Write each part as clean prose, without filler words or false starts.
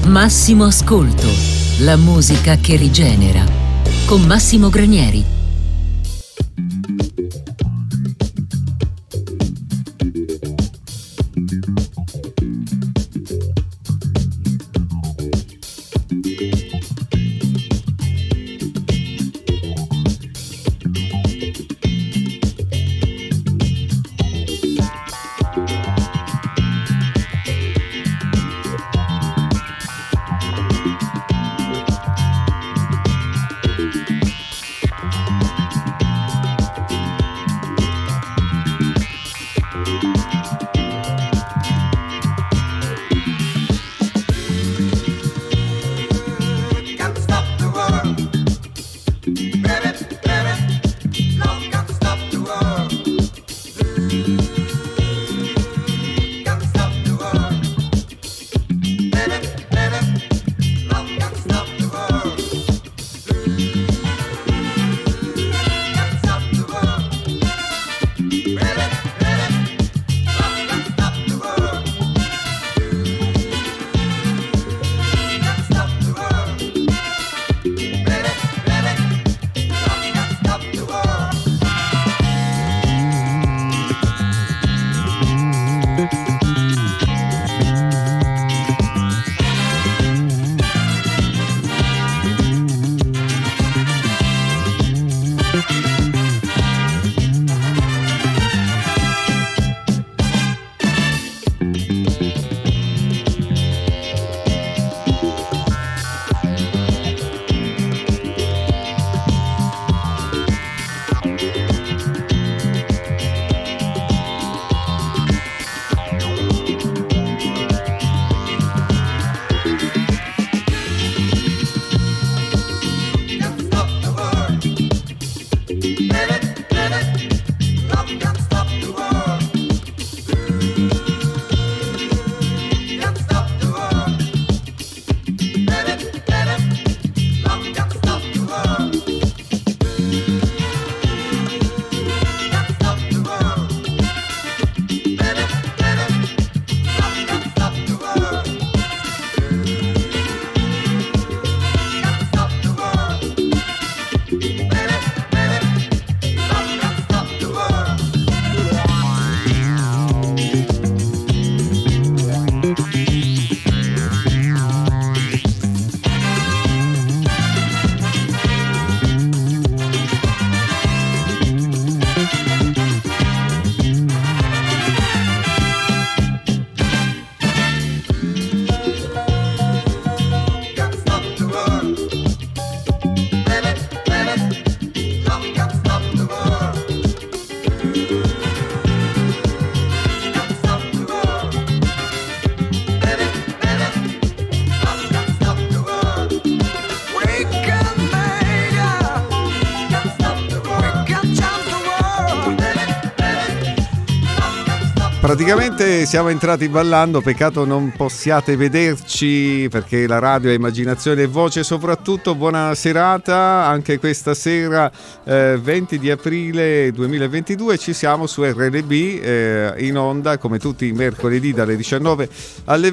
Massimo Ascolto, la musica che rigenera, con Massimo Granieri. Praticamente siamo entrati ballando, peccato non possiate vederci perché la radio è immaginazione e voce soprattutto. Buona serata, anche questa sera 20 di aprile 2022 ci siamo su RLB in onda come tutti i mercoledì dalle 19 alle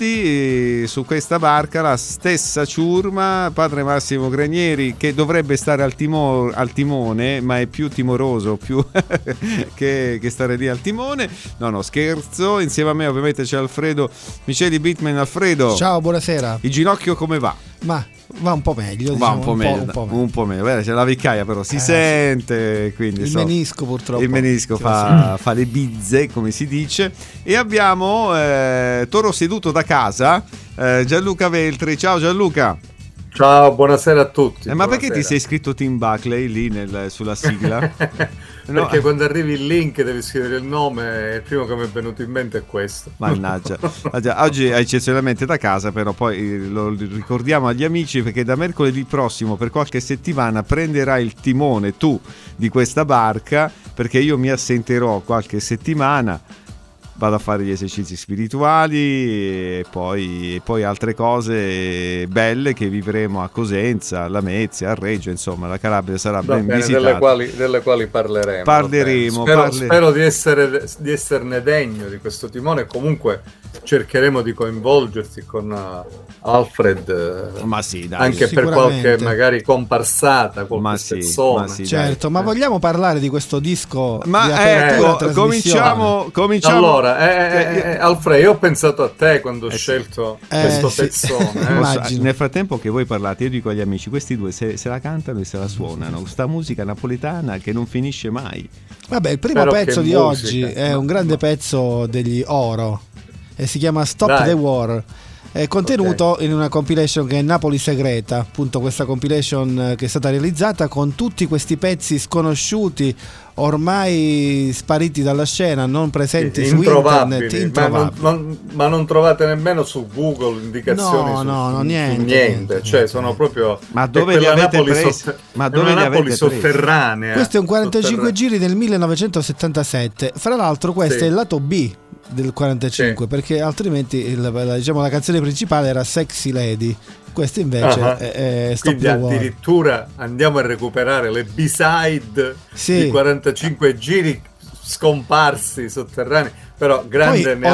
20 su questa barca, la stessa ciurma, padre Massimo Granieri che dovrebbe stare al timone ma è più timoroso più che stare lì al timone. No, scherzo. Insieme a me ovviamente c'è Alfredo Miceli Bitman. Alfredo, ciao, buonasera. Il ginocchio come va? Ma va un po' meglio, va diciamo, un po' meglio. Beh, c'è la vecchiaia però si sente, quindi il menisco purtroppo. Il menisco fa le bizze, come si dice. E abbiamo Toro seduto da casa, Gianluca Veltri. Ciao Gianluca. Ciao, buonasera a tutti. Ma perché ti sei scritto Tim Buckley lì sulla sigla? No. Perché quando arrivi il link devi scrivere il nome e il primo che mi è venuto in mente è questo. Mannaggia. Oggi è eccezionalmente da casa, però poi lo ricordiamo agli amici perché da mercoledì prossimo per qualche settimana prenderai il timone tu di questa barca, perché io mi assenterò qualche settimana. vado a fare gli esercizi spirituali e poi altre cose belle che vivremo a Cosenza, a Lamezia, a Reggio, insomma la Calabria sarà ben visitata, delle quali parleremo. Spero di esserne degno di questo timone. Comunque cercheremo di coinvolgerti con Alfred, ma sì, dai, anche per qualche magari comparsata, qualche spezzone. Sì, certo, dai. Ma vogliamo parlare di questo disco? Ma ecco, cominciamo. Allora, Alfred, io ho pensato a te quando ho scelto questo pezzone. Nel frattempo che voi parlate, io dico agli amici, questi due se la cantano e se la suonano, questa musica napoletana che non finisce mai. Vabbè, il primo pezzo di oggi è un grande pezzo degli Oro e si chiama Stop the War. È contenuto in una compilation che è Napoli Segreta, appunto questa compilation che è stata realizzata con tutti questi pezzi sconosciuti, ormai spariti dalla scena, non presenti su internet, introvabili. Ma non trovate nemmeno su Google indicazioni niente. Cioè sono proprio, ma dove li avete presi? Ma dove li avete sotterranea. Questo è un 45 giri del 1977. Fra l'altro questo è il lato B del 45, perché altrimenti la canzone principale era Sexy Lady. Questo invece è Stop the War. Quindi addirittura andiamo a recuperare le B-side di 45 giri scomparsi sotterranei. Però grande. Poi ho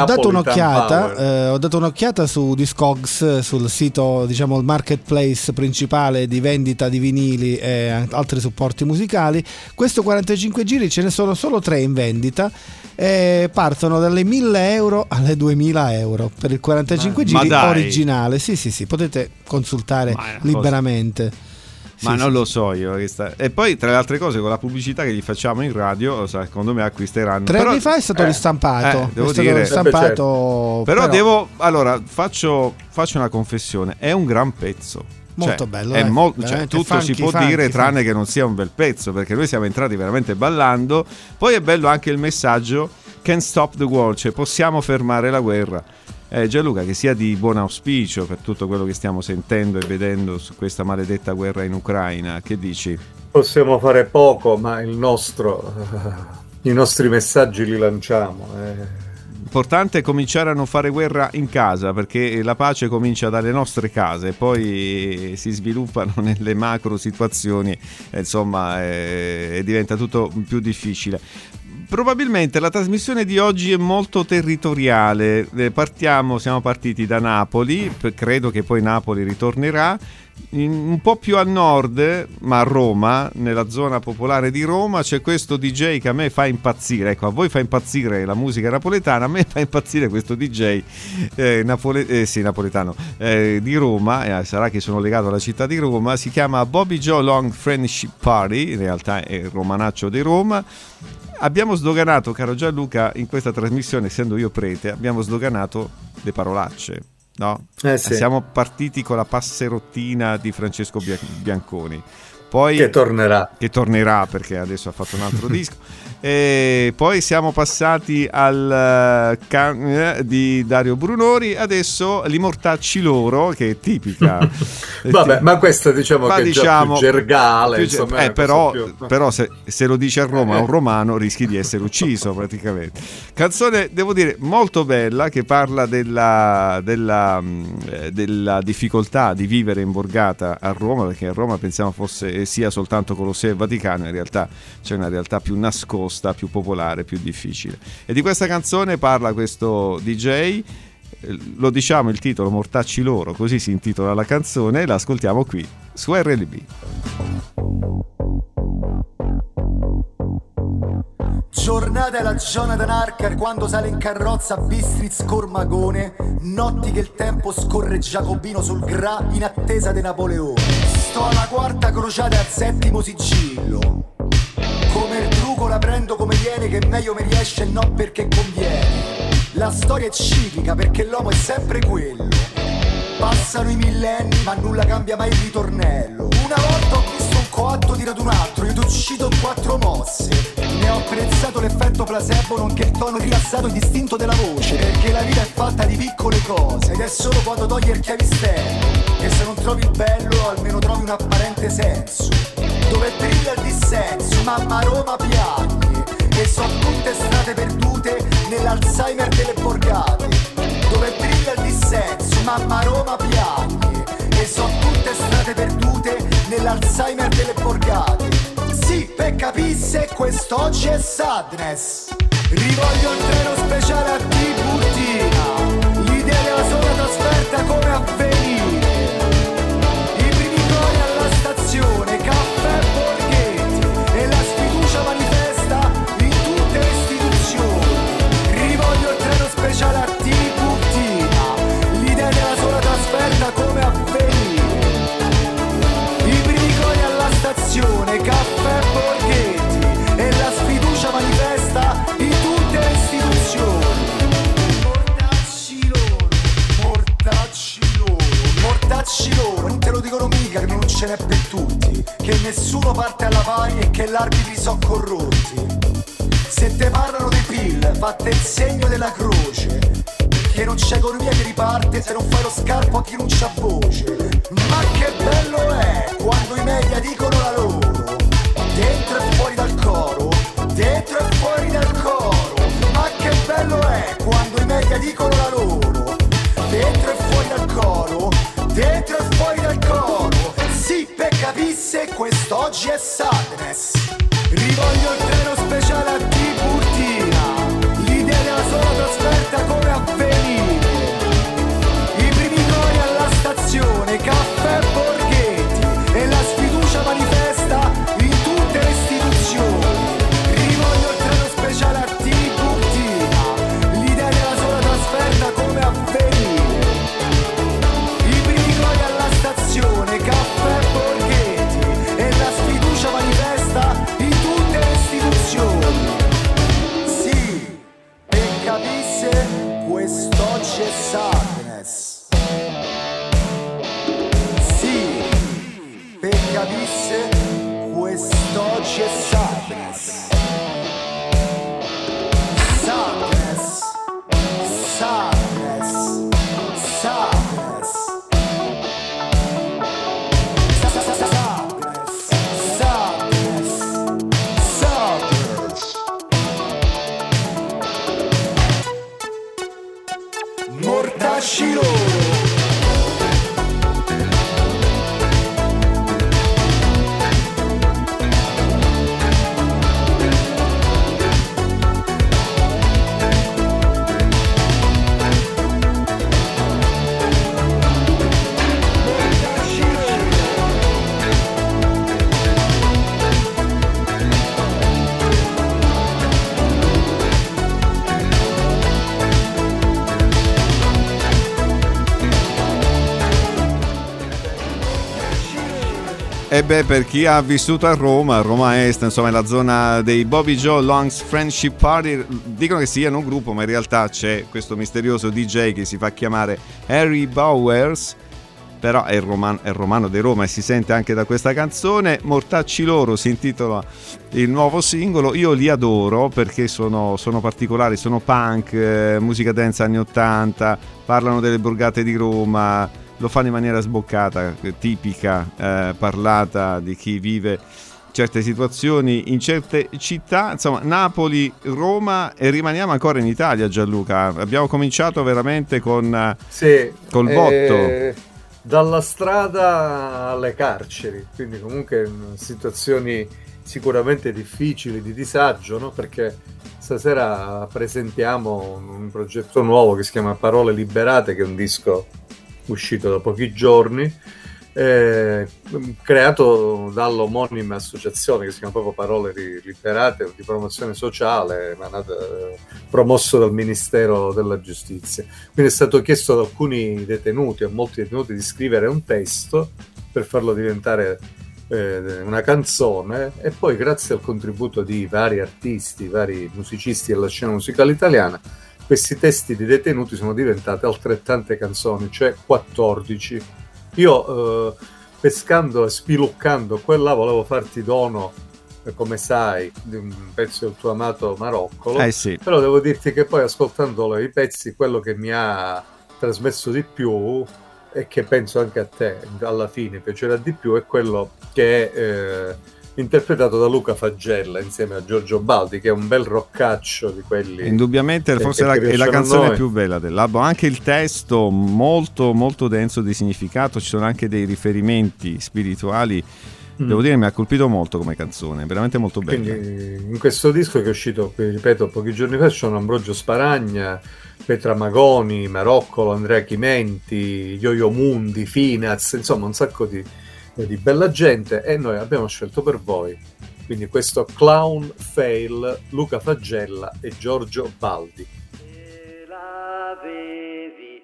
dato un'occhiata su Discogs, sul sito, diciamo il marketplace principale di vendita di vinili e altri supporti musicali. Questo 45 giri ce ne sono solo 3 in vendita e partono dalle 1.000 euro alle 2.000 euro per il 45 giri originale. Sì, potete consultare liberamente. Ma non lo so io. E poi tra le altre cose, con la pubblicità che gli facciamo in radio, secondo me acquisteranno. 3 anni fa è stato ristampato. Devo dire. Ristampato, però allora faccio una confessione: è un gran pezzo. Molto bello. È tutto funky, si può dire, tranne che non sia un bel pezzo, perché noi siamo entrati veramente ballando. Poi è bello anche il messaggio: Can't stop the war, cioè possiamo fermare la guerra. Gianluca, che sia di buon auspicio per tutto quello che stiamo sentendo e vedendo su questa maledetta guerra in Ucraina. Che dici? Possiamo fare poco, ma i nostri messaggi li lanciamo. L'importante è cominciare a non fare guerra in casa, perché la pace comincia dalle nostre case, poi si sviluppano nelle macro situazioni, insomma, e diventa tutto più difficile. Probabilmente la trasmissione di oggi è molto territoriale. Siamo partiti da Napoli, credo che poi Napoli ritornerà. Un po' più a nord, ma a Roma, nella zona popolare di Roma, c'è questo DJ che a me fa impazzire. Ecco, a voi fa impazzire la musica napoletana, a me fa impazzire questo DJ napoletano di Roma, sarà che sono legato alla città di Roma. Si chiama Bobby Joe Long Friendship Party, in realtà è il romanaccio di Roma. Abbiamo sdoganato, caro Gianluca, in questa trasmissione, essendo io prete, abbiamo sdoganato le parolacce. No? Sì. Siamo partiti con la passerottina di Francesco Bianconi, poi che tornerà perché adesso ha fatto un altro disco, e poi siamo passati al di Dario Brunori, adesso li mortacci loro, che è tipica. Vabbè, ma questa diciamo che è già più gergale, insomma, però se lo dice a Roma a un romano rischi di essere ucciso praticamente. Canzone, devo dire, molto bella, che parla della difficoltà di vivere in borgata a Roma, perché a Roma pensiamo sia soltanto Colosseo e Vaticano, in realtà c'è una realtà più nascosta, più popolare, più difficile. E di questa canzone parla questo DJ, lo diciamo il titolo, Mortacci loro, così si intitola la canzone, e la ascoltiamo qui su RLB. Giornate alla Jonathan Harker quando sale in carrozza a Bistritz Cormagone, notti che il tempo scorre giacobino sul Gra in attesa di Napoleone. Sto alla quarta crociata al 7° sigillo, come il truco la prendo come viene, che meglio mi riesce e no perché conviene. La storia è ciclica perché l'uomo è sempre quello, passano i millenni ma nulla cambia mai il ritornello. Una volta ho visto un coatto tirato un altro, io t'ho ucciso 4 mosse, ne ho apprezzato l'effetto placebo nonché il tono rilassato e distinto della voce, perché la vita è fatta di piccole cose ed è solo quando togli il chiavistello che se non trovi il bello almeno trovi un apparente senso. Dove brilla il dissenso, mamma Roma piagne e so tutte strade perdute nell'Alzheimer delle borgate, dove brilla il dissenso, mamma Roma piagne, e sono tutte strade perdute nell'Alzheimer delle borgate. Sì, per capisse quest'oggi è sadness. Rivoglio il treno speciale a Tiburtina, l'idea della sola trasferta come avvenire, i primi cori alla stazione, caffè e borghetti, e la sfiducia manifesta in tutte le istituzioni. Rivoglio il treno speciale a Tiburtina, l'idea della sola trasferta come avvenire, i primi cori alla stazione, caffè e borghetti, e la sfiducia manifesta in tutte le istituzioni. Mortacci loro, non te lo dicono mica che non ce n'è per tutti, che nessuno parte alla pari e che gli arbitri sono corrotti. Se te parlano dei PIL, fatte il segno della croce, che non c'è economia che riparte se non fai lo scarpo a chi non c'ha voce. Ma che bello è quando i media dicono la loro, dentro e fuori dal coro, dentro e fuori dal coro. Ma che bello è quando i media dicono la loro, dentro e fuori dal coro, dentro e fuori dal coro. Sì, per capisse quest'oggi è sadness. Rivoglio il treno speciale a Tiburtina, l'idea della sola trasferta come avvenire, i primi cori alla stazione, caffè e borghetti, e la sfiducia manifesta in tutte le istituzioni. Rivoglio il treno speciale a Tiburtina, l'idea della sola trasferta come avvenire, i primi cori alla stazione, caffè e borghetti, e la sfiducia manifesta in tutte le istituzioni. Sì, e capisse quest'oggi è sadness. Sì, per capisse quest'oggi è sadness. Sadness, sadness, sadness. Mortacci loro. E beh, per chi ha vissuto a Roma Est, insomma, è la zona dei Bobby Joe Long's Friendship Party. Dicono che siano un gruppo, ma in realtà c'è questo misterioso DJ che si fa chiamare Harry Bowers, però è il romano di Roma e si sente anche da questa canzone. Mortacci loro si intitola il nuovo singolo. Io li adoro perché sono particolari, sono punk, musica dance anni 80, parlano delle borgate di Roma, lo fanno in maniera sboccata, tipica, parlata di chi vive certe situazioni in certe città. Insomma, Napoli, Roma, e rimaniamo ancora in Italia, Gianluca. Abbiamo cominciato veramente col botto. Dalla strada alle carceri, quindi comunque situazioni sicuramente difficili, di disagio, no? Perché stasera presentiamo un progetto nuovo che si chiama Parole Liberate, che è un disco uscito da pochi giorni, creato dall'omonima associazione che si chiama proprio Parole Liberate, di promozione sociale, promosso dal Ministero della Giustizia. Quindi è stato chiesto ad alcuni detenuti, a molti detenuti, di scrivere un testo per farlo diventare una canzone, e poi grazie al contributo di vari artisti, vari musicisti della scena musicale italiana, questi testi di detenuti sono diventate altrettante canzoni, cioè 14. Io pescando e spiluccando quella volevo farti dono, come sai, di un pezzo del tuo amato Maroccolo, sì. Però devo dirti che poi ascoltando i pezzi, quello che mi ha trasmesso di più, e che penso anche a te alla fine piacerà di più, è quello che è interpretato da Luca Faggella insieme a Giorgio Baldi, che è un bel roccaccio di quelli. Indubbiamente forse è la canzone più bella dell'album, anche il testo molto molto denso di significato, ci sono anche dei riferimenti spirituali. Devo dire mi ha colpito molto come canzone, veramente molto bella. Quindi, in questo disco che è uscito, ripeto, pochi giorni fa, ci sono Ambrogio Sparagna, Petra Magoni, Maroccolo, Andrea Chimenti, Yo-Yo Mundi, Finaz, insomma un sacco di bella gente, e noi abbiamo scelto per voi quindi questo Clown Fail, Luca Faggella e Giorgio Baldi. Ce l'avevi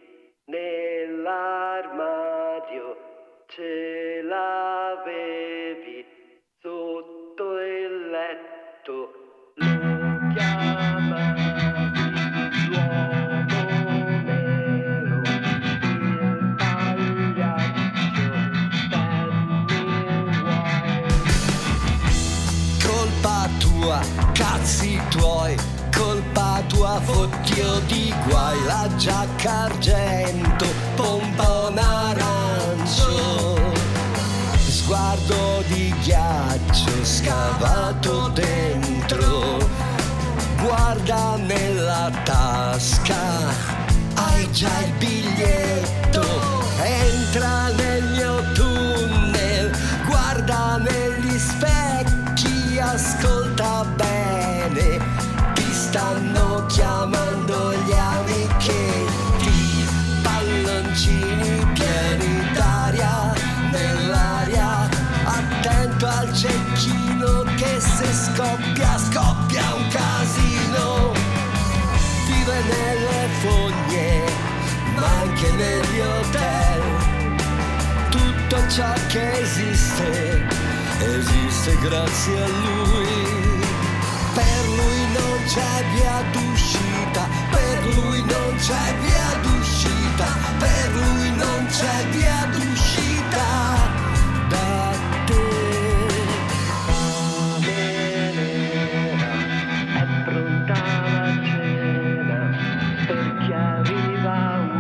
nell'armadio, ce l'avevi sotto il letto, lo chiamavi l'uomo nero, il pagliaccio Pennywise. Colpa tua, cazzi tuoi, colpa tua, fottio di guai, la giacca argento, pompon arancio, sguardo di ghiaccio scavato dentro, guarda nella tasca, hai già il biglietto, entra nel mio tunnel, guarda negli specchi, ascolta bene, ti stanno chiamando gli amichetti, palloncini pieni d'aria nell'aria, attento al cecchino che se scoppia un casino, vive nelle fogne ma anche negli hotel, tutto ciò che esiste grazie a lui, per lui non c'è via d'uscita, per lui non c'è via d'uscita, per lui non c'è via d'uscita da te. È pronta la cena per chi arriva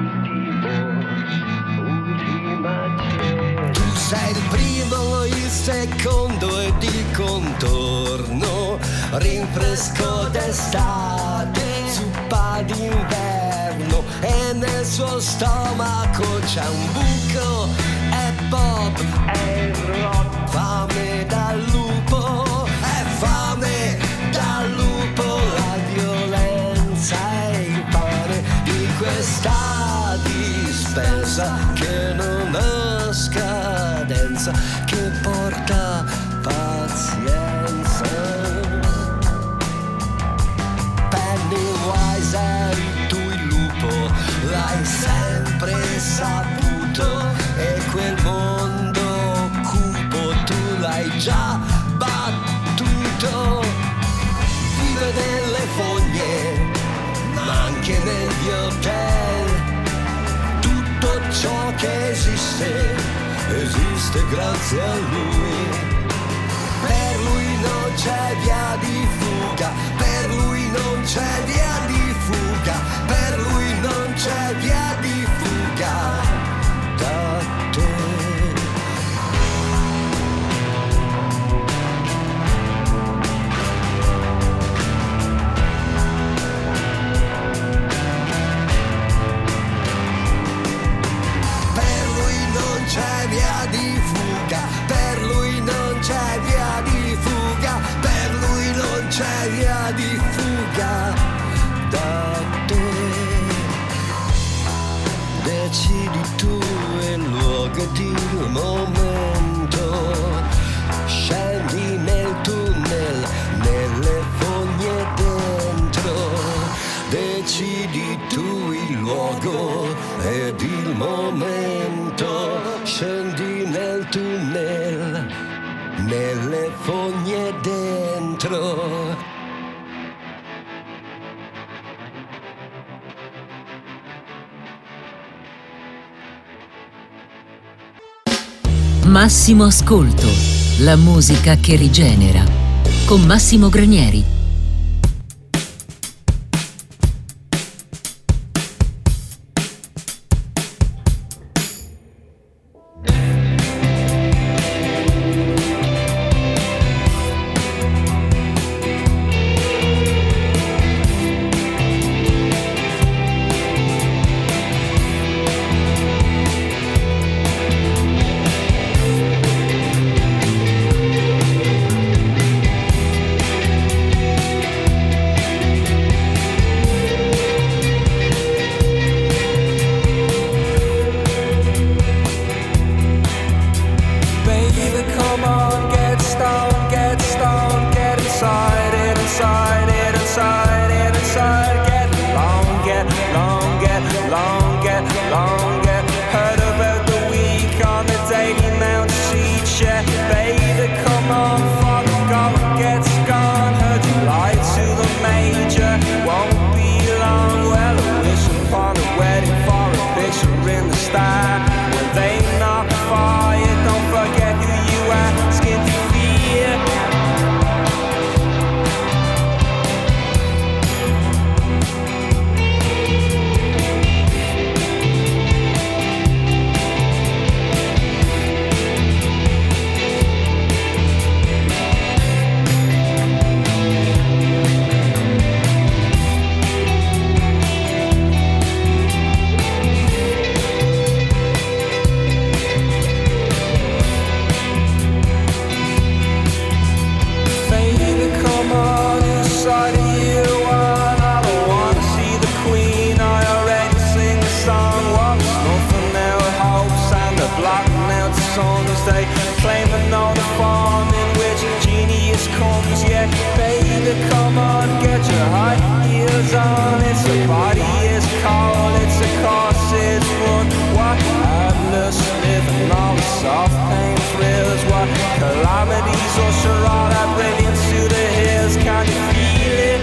ultima cena. Tu sei il primo, il secondo ed il contorno, rinfresco d'estate, zuppa d'inverno, e nel suo stomaco c'è un buco, è Bob, è il rock, fame dal lupo, è fame dal lupo, la violenza è il pane di questa dispensa che non ha scadenza, che porta pazienza. Pennywise eri tu il lupo, l'hai sempre saputo, e quel mondo cupo tu l'hai già battuto, vive nelle fogne ma anche negli hotel, tutto ciò che esiste grazie a lui, per lui non c'è via di fuga, per lui non c'è via di fuga, per lui non c'è via di fuga da te. Per lui non c'è via di fuga, per lui non c'è via di fuga, per lui non c'è via di fuga da te. Decidi tu il luogo ed il momento, scendi nel tunnel, nelle fogne dentro, decidi tu il luogo ed il momento, scendi nel tunnel, nelle fogne dentro. Massimo Ascolto, la musica che rigenera, con Massimo Granieri. they claim to know the form in which genius comes. Yeah, baby, come on, get your high heels on. It's a body, it's cold, it's a course, it's one. What Atlas Smith and all the soft pain thrills. What calamities or charade I bring into the hills. Can you feel it?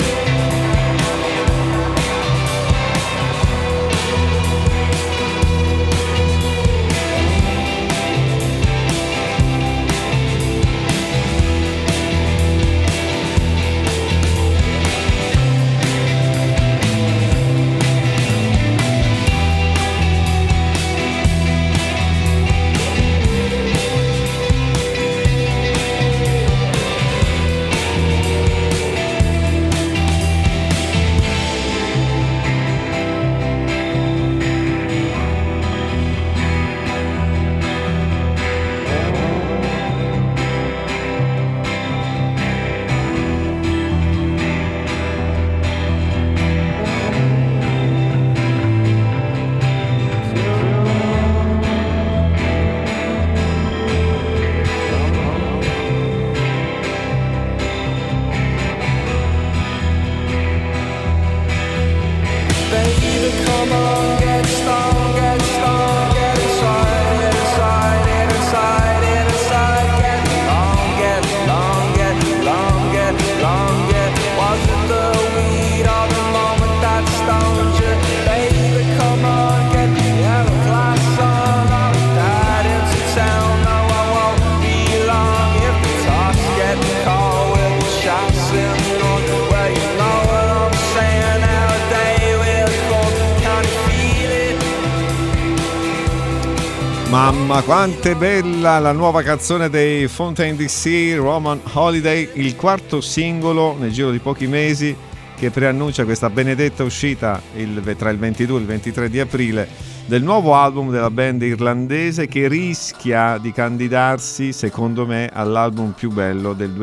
Mamma quanto è bella la nuova canzone dei Fontaine DC, Roman Holiday, il quarto singolo nel giro di pochi mesi che preannuncia questa benedetta uscita tra il 22 e il 23 di aprile del nuovo album della band irlandese, che rischia di candidarsi secondo me all'album più bello del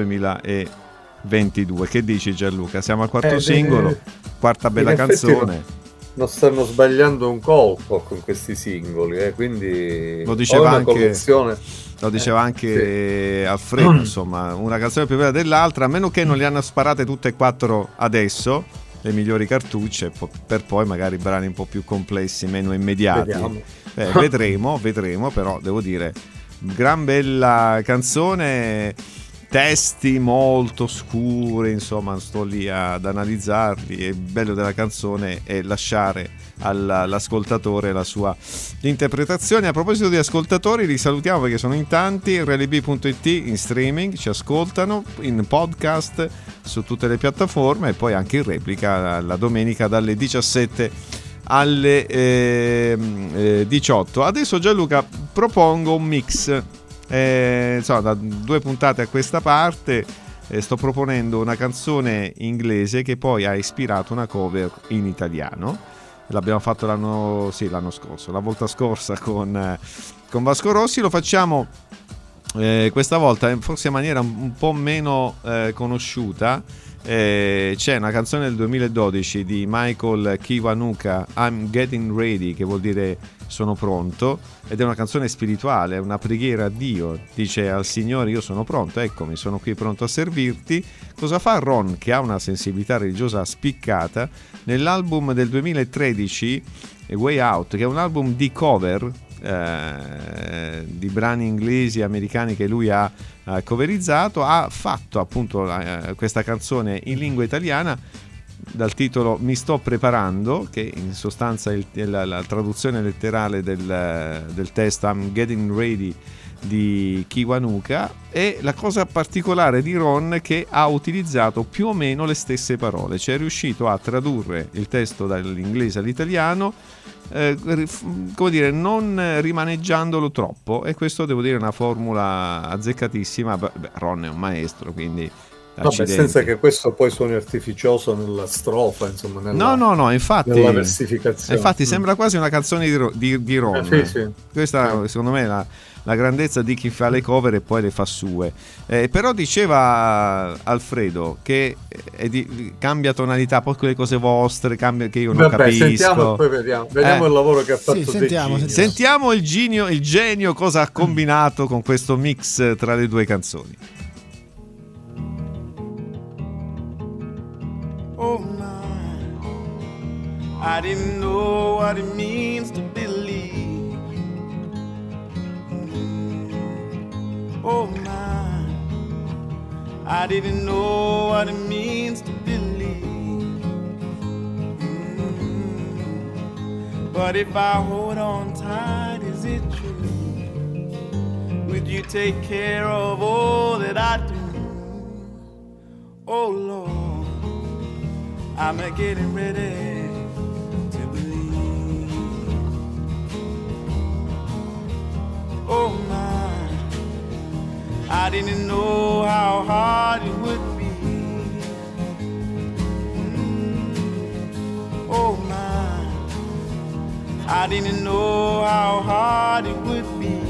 2022. Che dici Gianluca? Siamo al quarto singolo, quarta bella canzone. Non stanno sbagliando un colpo con questi singoli, quindi lo diceva anche collezione. Lo diceva anche Alfredo, insomma, una canzone più bella dell'altra, a meno che non le hanno sparate tutte e quattro adesso, le migliori cartucce, per poi magari brani un po' più complessi, meno immediati. Vedremo, però devo dire, gran bella canzone, testi molto scuri, insomma, non sto lì ad analizzarli. Il bello della canzone è lasciare all'ascoltatore la sua interpretazione. A proposito di ascoltatori, li salutiamo perché sono in tanti. RLB.it in streaming ci ascoltano, in podcast su tutte le piattaforme e poi anche in replica la domenica dalle 17 alle 18. Adesso Gianluca propongo un mix. Da 2 puntate a questa parte sto proponendo una canzone inglese che poi ha ispirato una cover in italiano. L'abbiamo fatto l'anno scorso, la volta scorsa con Vasco Rossi. Lo facciamo questa volta forse in maniera un po' meno conosciuta. C'è una canzone del 2012 di Michael Kiwanuka, I'm Getting Ready, che vuol dire sono pronto, ed è una canzone spirituale, una preghiera a Dio. Dice al Signore: io sono pronto, eccomi, sono qui pronto a servirti. Cosa fa Ron, che ha una sensibilità religiosa spiccata? Nell'album del 2013 Way Out, che è un album di cover di brani inglesi e americani che lui ha coverizzato, ha fatto appunto questa canzone in lingua italiana dal titolo Mi sto preparando, che in sostanza è la traduzione letterale del testo I'm Getting Ready di Kiwanuka. E la cosa particolare di Ron è che ha utilizzato più o meno le stesse parole, cioè è riuscito a tradurre il testo dall'inglese all'italiano, come dire, non rimaneggiandolo troppo, e questo devo dire è una formula azzeccatissima. Ron è un maestro, quindi Vabbè, senza che questo poi suoni artificioso nella strofa, insomma, no, infatti, nella versificazione. Infatti sembra quasi una canzone di Ron. Sì. Questa secondo me è la grandezza di chi fa le cover e poi le fa sue. Però diceva Alfredo che cambia tonalità, poi quelle cose vostre che io non capisco. Sentiamo e poi vediamo il lavoro che ha fatto. Sentiamo il genio cosa ha combinato con questo mix tra le due canzoni. Oh my, I didn't know what it means to believe. Oh my, I didn't know what it means to believe. But if I hold on tight, is it true? Would you take care of all that I do? Oh Lord, I'm getting ready to believe. Oh my, I didn't know how hard it would be. Oh my, I didn't know how hard it would be.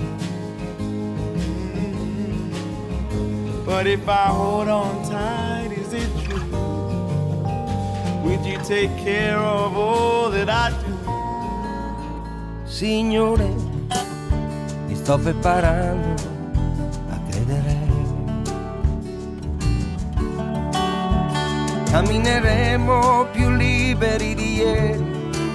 But if I hold on tight, is it true? Would you take care of all that I do? Signore, mi sto preparando a credere. Cammineremo più liberi di ieri,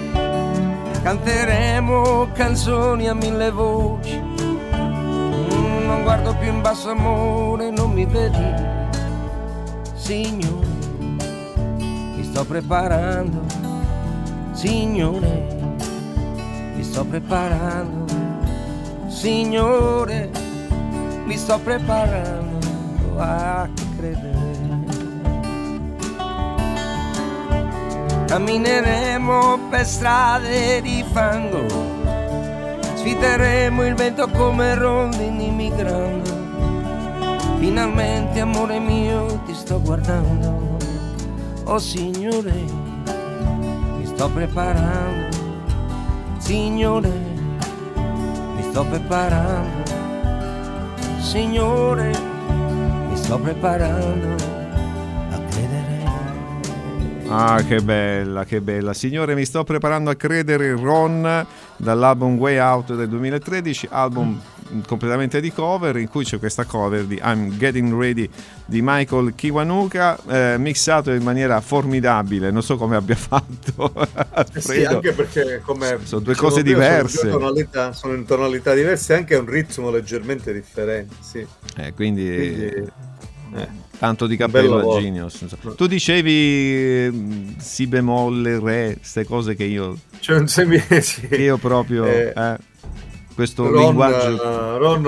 canteremo canzoni a 1000 voci. Non guardo più in basso, amore, non mi vedi? Signore, mi sto preparando. Signore, mi sto preparando. Signore, mi sto preparando a credere. Cammineremo per strade di fango, sfideremo il vento come rondini migrando. Finalmente, amore mio, ti sto guardando. Oh Signore, mi sto preparando. Signore, mi sto preparando. Signore, mi sto preparando a credere. Ah, che bella, che bella. Signore, mi sto preparando a credere, Ron, dall'album Way Out del 2013, album completamente di cover, in cui c'è questa cover di I'm Getting Ready di Michael Kiwanuka, mixato in maniera formidabile. Non so come abbia fatto sì, anche perché come sono due cose diverse, sono in tonalità diverse, anche un ritmo leggermente differente, sì. Quindi tanto di cappello a Genius. Tu dicevi si bemolle, re, queste cose che io sì. Che io proprio questo linguaggio Ron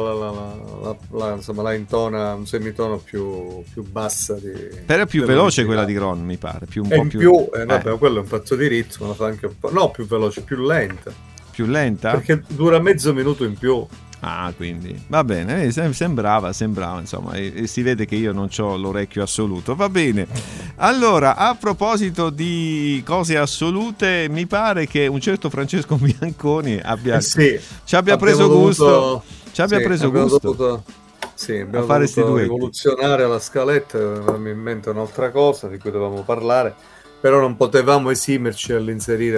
insomma la intona un semitono più bassa però è più veloce quella di Ron, mi pare, vabbè, quello è un pezzo di ritmo, la fa anche un po', no, più veloce, più lenta perché dura mezzo minuto in più. Ah, quindi va bene, sembrava insomma, e si vede che io non ho l'orecchio assoluto. Va bene. Allora, a proposito di cose assolute, mi pare che un certo Francesco Bianconi ci abbia preso gusto. Abbiamo dovuto rivoluzionare la scaletta, avevamo in mente un'altra cosa di cui dovevamo parlare, però non potevamo esimerci all'inserire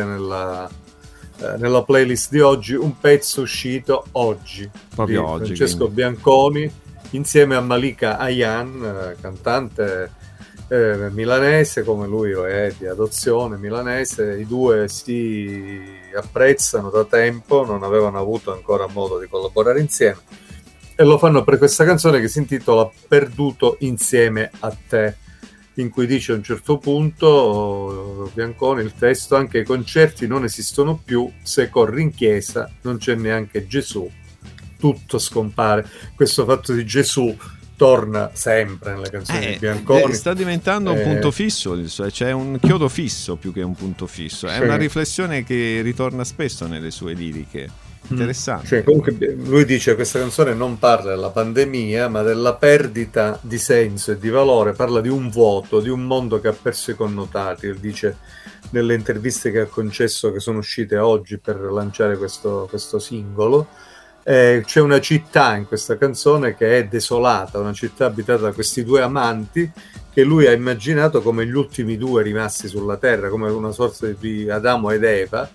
nella playlist di oggi un pezzo uscito oggi, proprio di oggi, Francesco quindi. Bianconi insieme a Malika Ayan, cantante milanese, come lui lo è di adozione milanese. I due si apprezzano da tempo, non avevano avuto ancora modo di collaborare insieme e lo fanno per questa canzone che si intitola Perduto insieme a te, in cui dice a un certo punto Bianconi, il testo: anche i concerti non esistono più, se corri in chiesa non c'è neanche Gesù, tutto scompare. Questo fatto di Gesù torna sempre nelle canzoni di Bianconi. Sta diventando un punto fisso, c'è un chiodo fisso più che un punto fisso. È una riflessione che ritorna spesso nelle sue liriche. Interessante. Cioè, comunque lui dice che questa canzone non parla della pandemia, ma della perdita di senso e di valore, parla di un vuoto, di un mondo che ha perso i connotati. Dice nelle interviste che ha concesso, che sono uscite oggi per lanciare questo singolo, c'è una città in questa canzone che è desolata, una città abitata da questi due amanti che lui ha immaginato come gli ultimi due rimasti sulla terra, come una sorta di Adamo ed Eva,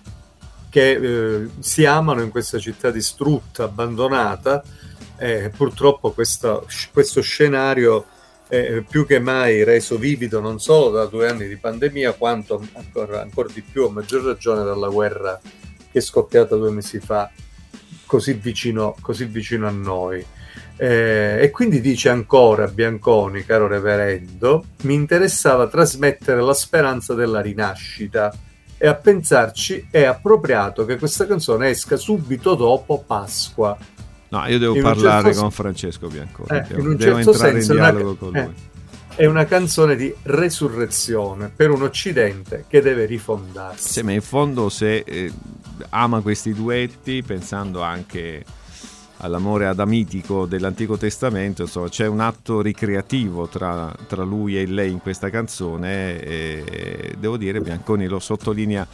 che si amano in questa città distrutta, abbandonata. Purtroppo questo scenario è più che mai reso vivido non solo da 2 anni di pandemia, quanto ancora di più, a maggior ragione, dalla guerra che è scoppiata 2 mesi fa, così vicino a noi. E quindi dice ancora Bianconi, caro reverendo, mi interessava trasmettere la speranza della rinascita, e a pensarci è appropriato che questa canzone esca subito dopo Pasqua. No, io devo parlare con Francesco Bianconi, devo certo entrare senso in dialogo con lui. È una canzone di resurrezione per un Occidente che deve rifondarsi. Sì, ma in fondo se ama questi duetti, pensando anche all'amore adamitico dell'Antico Testamento, insomma, c'è un atto ricreativo tra lui e lei in questa canzone, e devo dire Bianconi lo sottolinea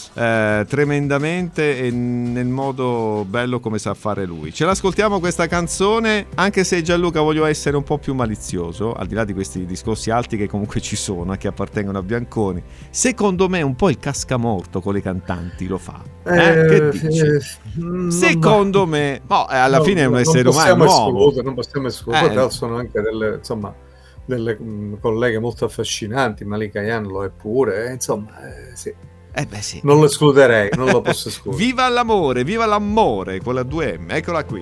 tremendamente e nel modo bello come sa fare lui. Ce l'ascoltiamo questa canzone, anche se Gianluca voglio essere un po' più malizioso, al di là di questi discorsi alti che comunque ci sono, che appartengono a Bianconi. Secondo me un po' il cascamorto con le cantanti lo fa. Che dici? Secondo me alla fine è un essere umano nuovo. Non possiamo escludere, sono anche delle colleghe molto affascinanti. Malika Yan lo è pure, sì. Sì. Non lo escluderei, non lo posso escludere. Viva l'amore con la 2M, eccola qui.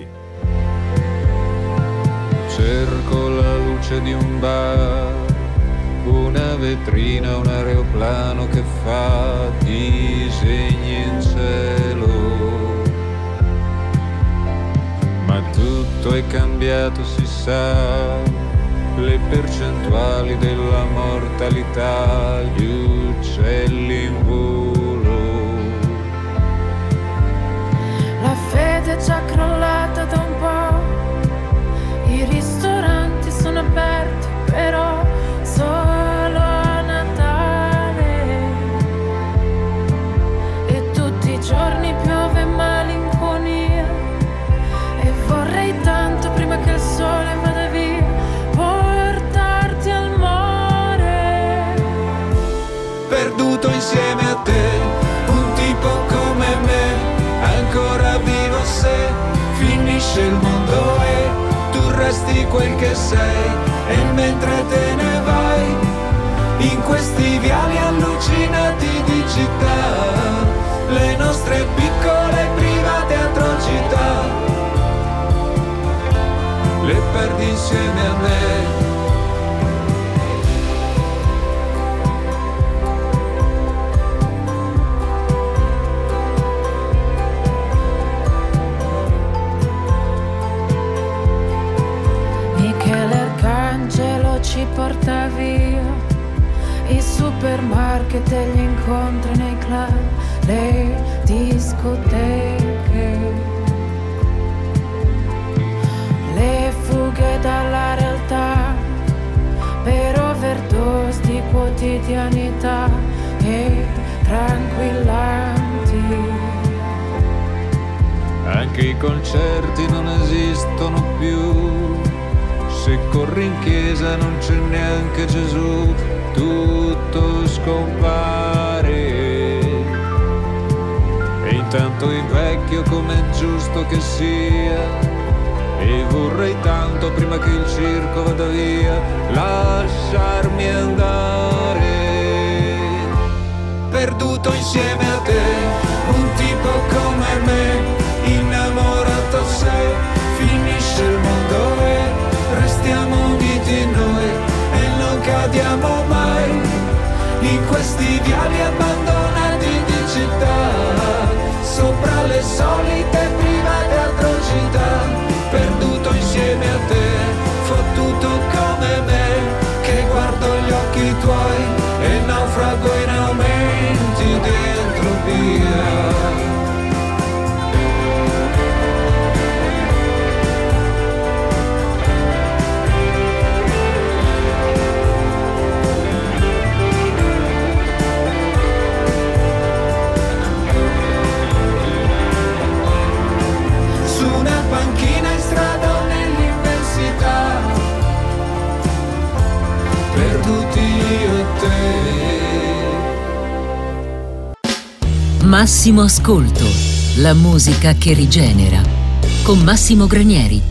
Cerco la luce di un bar, una vetrina, un aeroplano che fa disegni in cielo, ma tutto è cambiato, si sa, le percentuali della mortalità, gli uccelli in volo. La fede è già crollata da un po', i ristoranti sono aperti, però solo a Natale, e tutti i giorni piove malinconia, e vorrei tanto prima che il sole vada via portarti al mare. Perduto insieme a te, un tipo come me, ancora vivo se finisce il mondo e tu resti quel che sei, e mentre te ne vai in questi viali allucinati di città, le nostre piccole private atrocità le perdi insieme a me. Ci porta via i supermarket e gli incontri nei club, le discoteche, le fughe dalla realtà per overdose di quotidianità e tranquillanti. Anche i concerti non esistono più, se corri in chiesa non c'è neanche Gesù, tutto scompare. E intanto invecchio com'è giusto che sia, e vorrei tanto prima che il circo vada via lasciarmi andare. Perduto insieme a te, un tipo come me, innamorato se finisce il mondo e restiamo uniti noi e non cadiamo mai in questi viali abbandonati di città, sopra le solite private atrocità. Perduto insieme a te, fottuto come me, che guardo gli occhi tuoi e naufrago in aumenti di entropia. te. Massimo Ascolto, la musica che rigenera, con Massimo Granieri.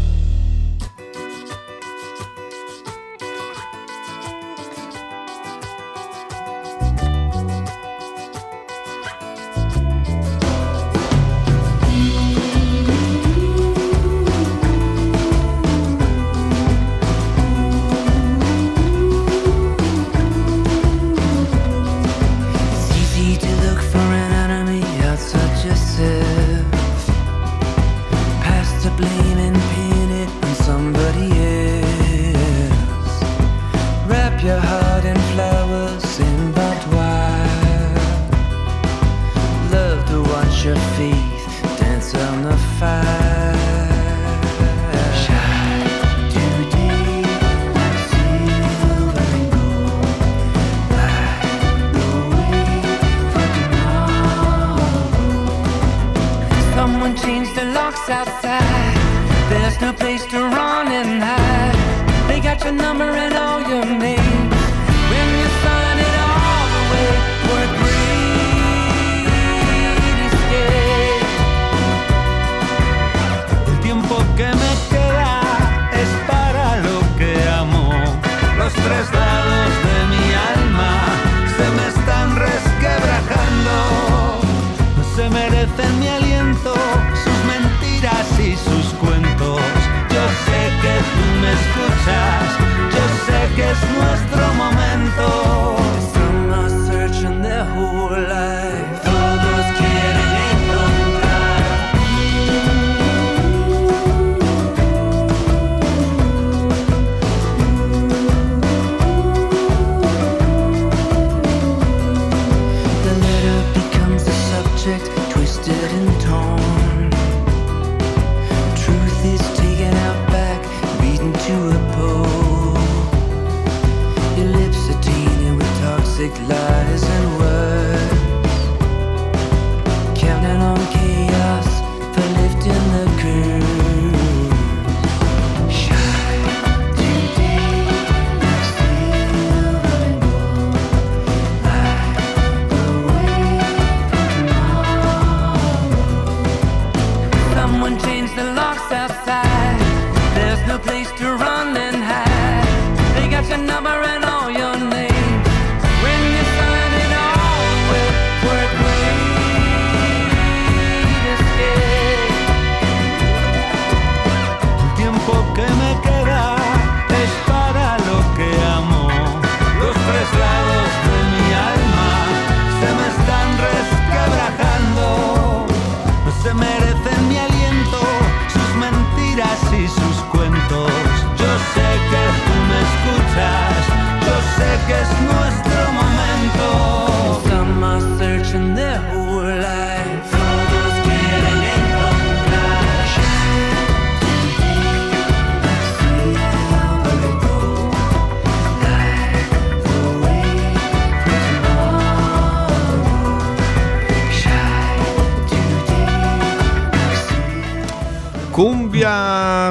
Cumbia,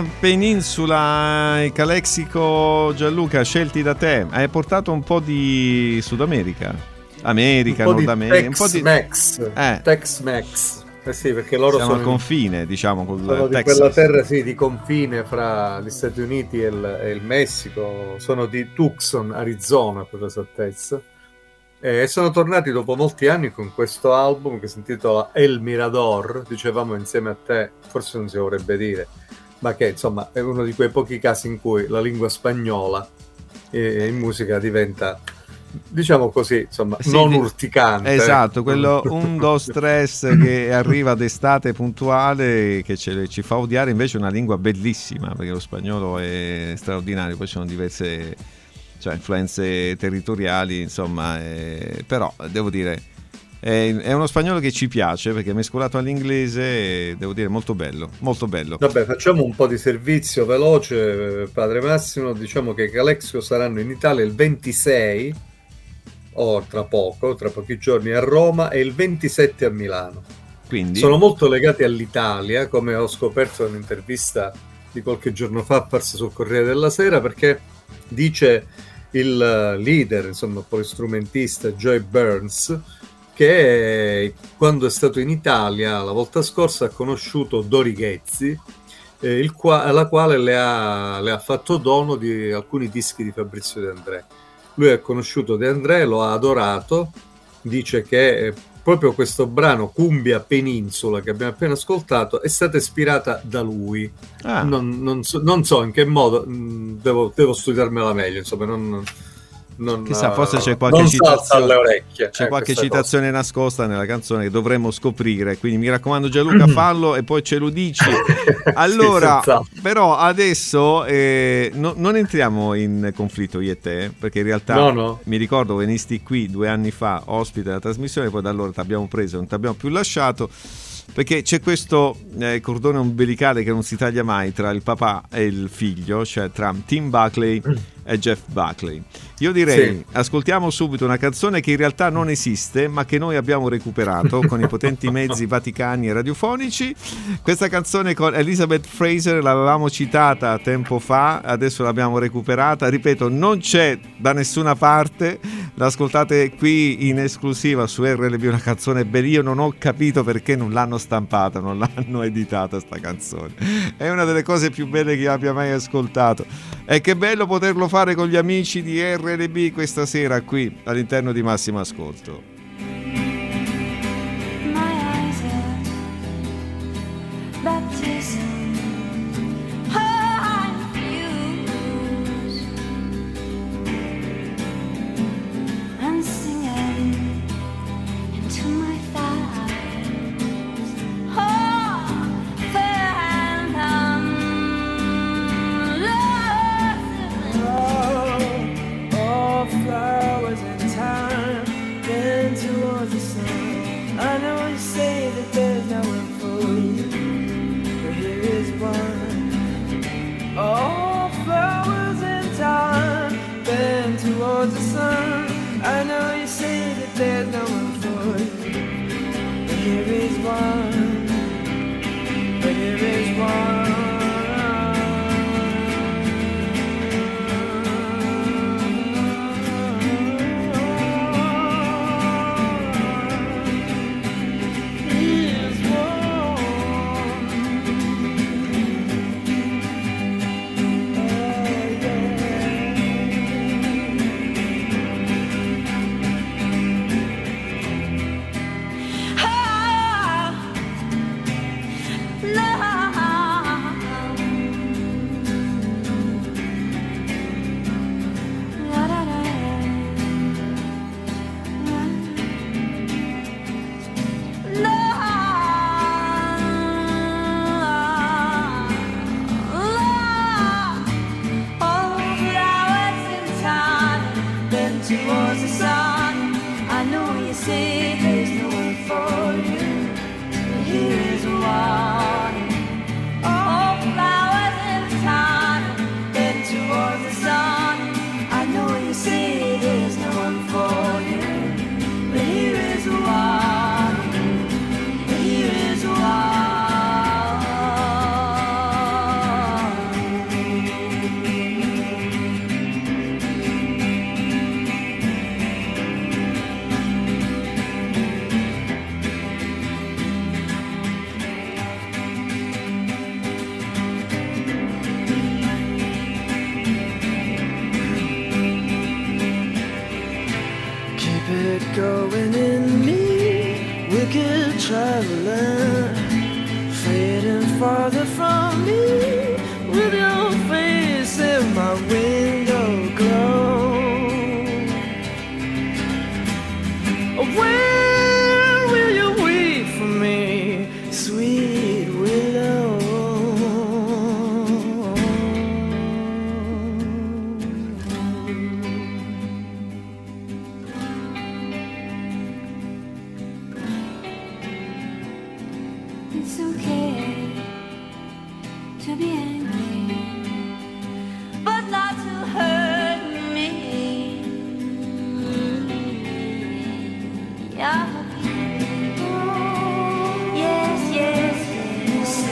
Peninsula e Calexico. Gianluca, scelti da te. Hai portato un po' di Sud America, Nord America, un po' di Tex-Mex. Sì, perché loro siamo al confine, diciamo, con sono Texas. Di quella terra, sì, di confine fra gli Stati Uniti e il Messico. Sono di Tucson, Arizona, per l'esattezza. E sono tornati dopo molti anni con questo album che si intitola El Mirador. Dicevamo insieme a te, forse non si dovrebbe dire, ma che insomma è uno di quei pochi casi in cui la lingua spagnola in musica diventa, diciamo così, insomma, sì, non urticante. Esatto, quello 1, 2, 3 che arriva d'estate puntuale, che ci fa odiare invece una lingua bellissima, perché lo spagnolo è straordinario. Poi ci sono diverse influenze territoriali, insomma, però devo dire è uno spagnolo che ci piace, perché è mescolato all'inglese, devo dire molto bello, molto bello. Vabbè, facciamo un po' di servizio veloce, padre Massimo. Diciamo che Calexico saranno in Italia il 26, o tra pochi giorni a Roma, e il 27 a Milano. Quindi sono molto legati all'Italia, come ho scoperto in un'intervista di qualche giorno fa apparsa sul Corriere della Sera, perché dice il leader, insomma, polistrumentista Joey Burns, che quando è stato in Italia la volta scorsa ha conosciuto Dori Ghezzi, alla quale le ha fatto dono di alcuni dischi di Fabrizio De André. Lui ha conosciuto De André, lo ha adorato, dice che proprio questo brano Cumbia Peninsula che abbiamo appena ascoltato è stata ispirata da lui. Non so in che modo, devo studiarmela meglio, insomma, chissà, forse c'è qualche citazione alle orecchie, c'è qualche citazione nascosta nella canzone che dovremmo scoprire, quindi mi raccomando Gianluca, fallo e poi ce lo dici. Allora sì, però adesso non entriamo in conflitto io e te, perché in realtà mi ricordo venisti qui 2 anni fa ospite della trasmissione, poi da allora ti abbiamo preso, non ti abbiamo più lasciato, perché c'è questo cordone ombelicale che non si taglia mai tra il papà e il figlio, cioè tra Tim Buckley e Jeff Buckley. Io direi ascoltiamo subito una canzone che in realtà non esiste, ma che noi abbiamo recuperato con i potenti mezzi vaticani e radiofonici. Questa canzone con Elizabeth Fraser l'avevamo citata tempo fa, adesso l'abbiamo recuperata, ripeto, non c'è da nessuna parte, l'ascoltate qui in esclusiva su RLB, una canzone bella. Io non ho capito perché non l'hanno stampata, non l'hanno editata sta canzone, è una delle cose più belle che abbia mai ascoltato, e che bello poterlo fare con gli amici di RLB questa sera qui all'interno di Massimo Ascolto. Going in me, wicked traveler, fading farther from me, with your face in my window glow. When will you weep for me, sweet willow? It's okay to be angry, but not to hurt me. Yeah. Yes, yes, yes.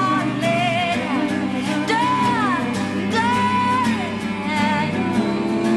Darling, darling, darling.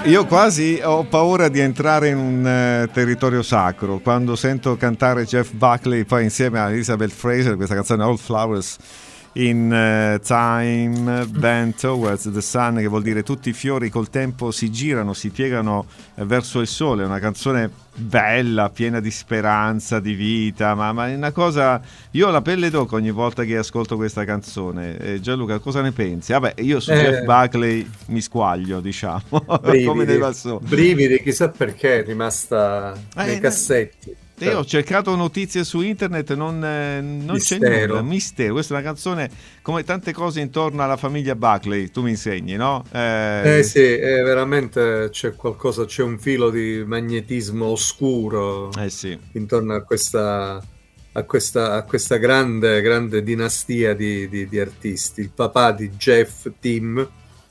Io quasi ho paura di entrare in un territorio sacro quando sento cantare Jeff Buckley poi insieme a Elizabeth Fraser questa canzone All Flowers in Time Bent Towards the Sun, che vuol dire tutti i fiori col tempo si girano, si piegano verso il sole. È una canzone bella, piena di speranza, di vita, ma è una cosa, io ho la pelle d'oca ogni volta che ascolto questa canzone. Gianluca, cosa ne pensi? Vabbè, io su Jeff Buckley mi squaglio, diciamo, come dei vassoni. Brividi, chissà perché è rimasta nei cassetti. Io ho cercato notizie su internet, non c'è nulla, mistero. Questa è una canzone come tante cose intorno alla famiglia Buckley, tu mi insegni, no? Sì, veramente c'è qualcosa, c'è un filo di magnetismo oscuro intorno a questa grande dinastia di artisti. Il papà di Jeff, Tim,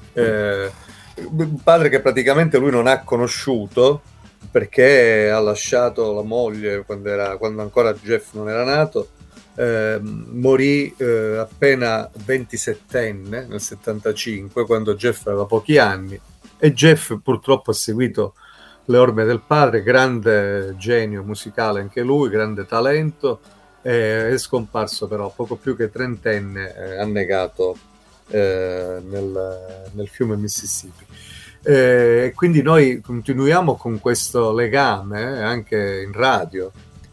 un padre che praticamente lui non ha conosciuut perché ha lasciato la moglie quando ancora Jeff non era nato, morì appena 27enne nel 75, quando Jeff aveva pochi anni, e Jeff purtroppo ha seguito le orme del padre, grande genio musicale anche lui, grande talento, è scomparso però poco più che trentenne, annegato nel fiume Mississippi. Quindi noi continuiamo con questo legame anche in radio,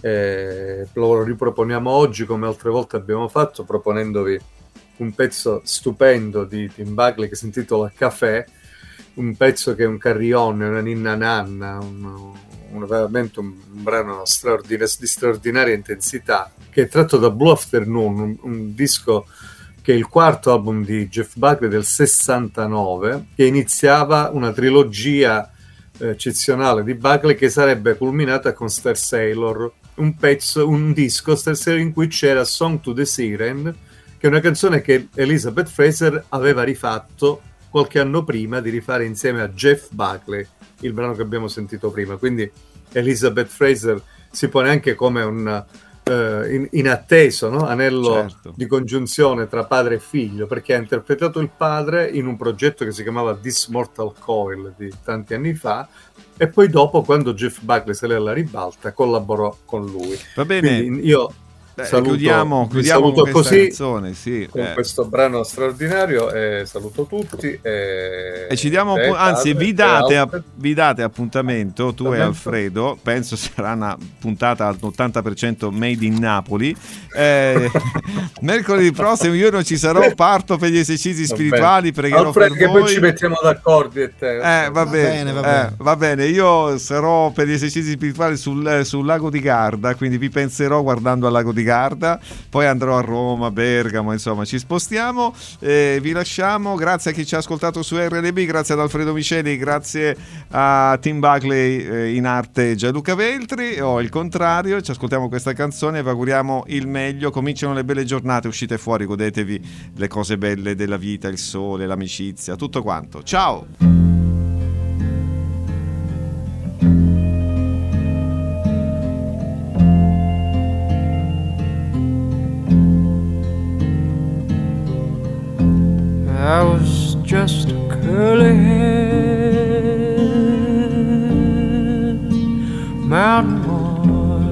lo riproponiamo oggi come altre volte abbiamo fatto, proponendovi un pezzo stupendo di Tim Buckley che si intitola Café, un pezzo che è un carrione, una ninna nanna, veramente un brano di straordinaria intensità, che è tratto da Blue Afternoon, un disco che è il quarto album di Jeff Buckley del 69, che iniziava una trilogia eccezionale di Buckley che sarebbe culminata con Star Sailor, un disco Star Sailor in cui c'era Song to the Siren, che è una canzone che Elizabeth Fraser aveva rifatto qualche anno prima di rifare insieme a Jeff Buckley, il brano che abbiamo sentito prima. Quindi Elizabeth Fraser si pone anche come inatteso, no? Anello di congiunzione tra padre e figlio, perché ha interpretato il padre in un progetto che si chiamava This Mortal Coil di tanti anni fa, e poi dopo, quando Jeff Buckley se l'è alla ribalta, collaborò con lui. Va bene. Quindi io chiudiamo saluto con così canzone, con questo brano straordinario, e saluto tutti e ci diamo vi date appuntamento, tu e Alfredo, penso sarà una puntata all'80% made in Napoli. Mercoledì prossimo io non ci sarò, parto per gli esercizi spirituali, pregherò Alfredo, per che voi. poi ci mettiamo d'accordo e te. Va bene, io sarò per gli esercizi spirituali sul lago di Garda, quindi vi penserò guardando al lago di Garda, poi andrò a Roma, Bergamo, insomma ci spostiamo, vi lasciamo. Grazie a chi ci ha ascoltato su RLB, grazie ad Alfredo Miceli, grazie a Tim Buckley, in arte Gianluca Veltri, o il contrario, ci ascoltiamo questa canzone e vi auguriamo il meglio. Cominciano le belle giornate, uscite fuori, godetevi le cose belle della vita, il sole, l'amicizia, tutto quanto. Ciao! I was just a curly-haired mountain boy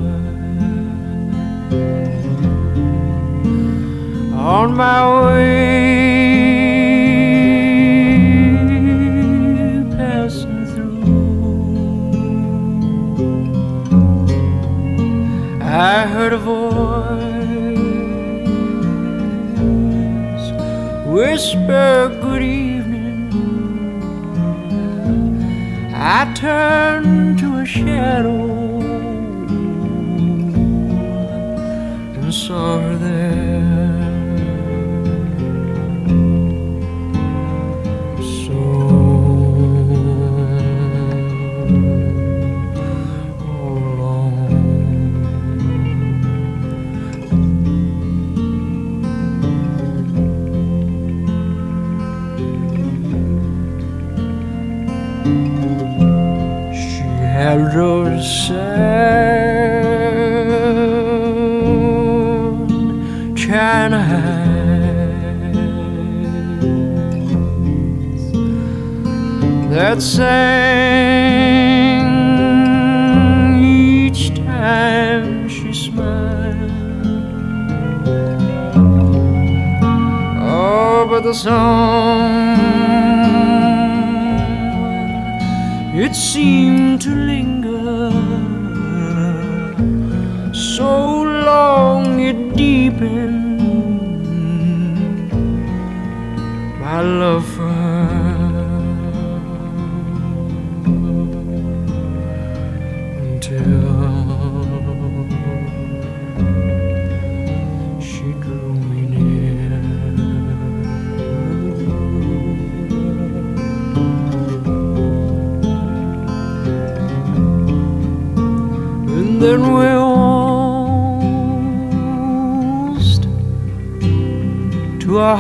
on my way passing through. I heard a voice whisper good evening. I turned to a shadow and saw her there. Had those sad China eyes that sang each time she smiled. Oh, but the song, it seemed to linger so long it deepened my love for her, until she drew me near. And then we waltzed to our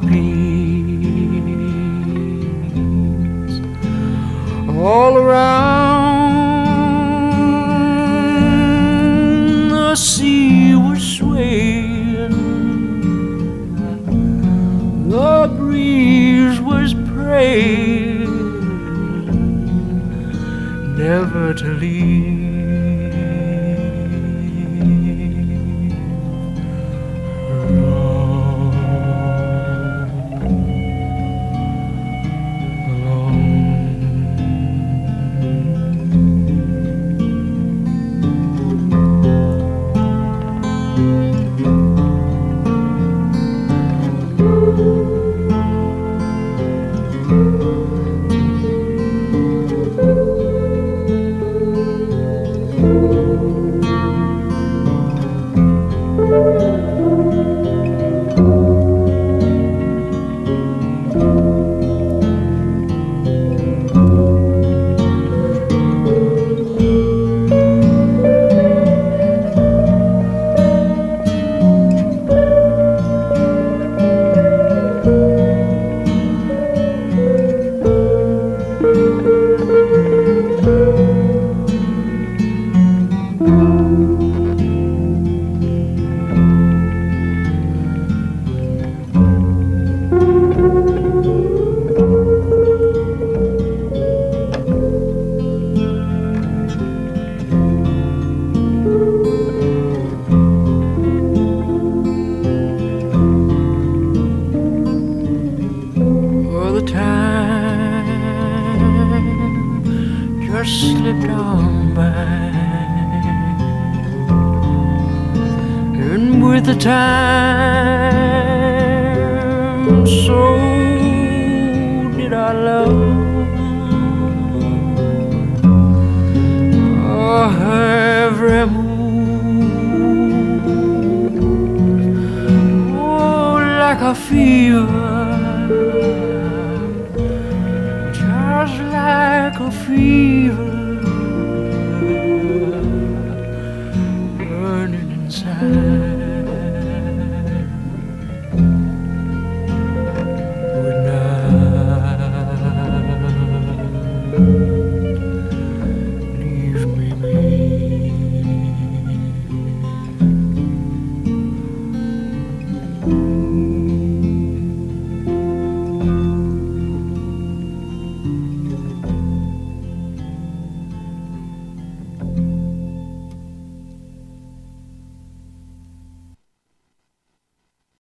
heartbeats all around. The sea was swaying, the breeze was praying never to leave. Slipped on by, and with the time, so did our love. Oh, every move, oh, like a fever, just like a fever. Burning inside.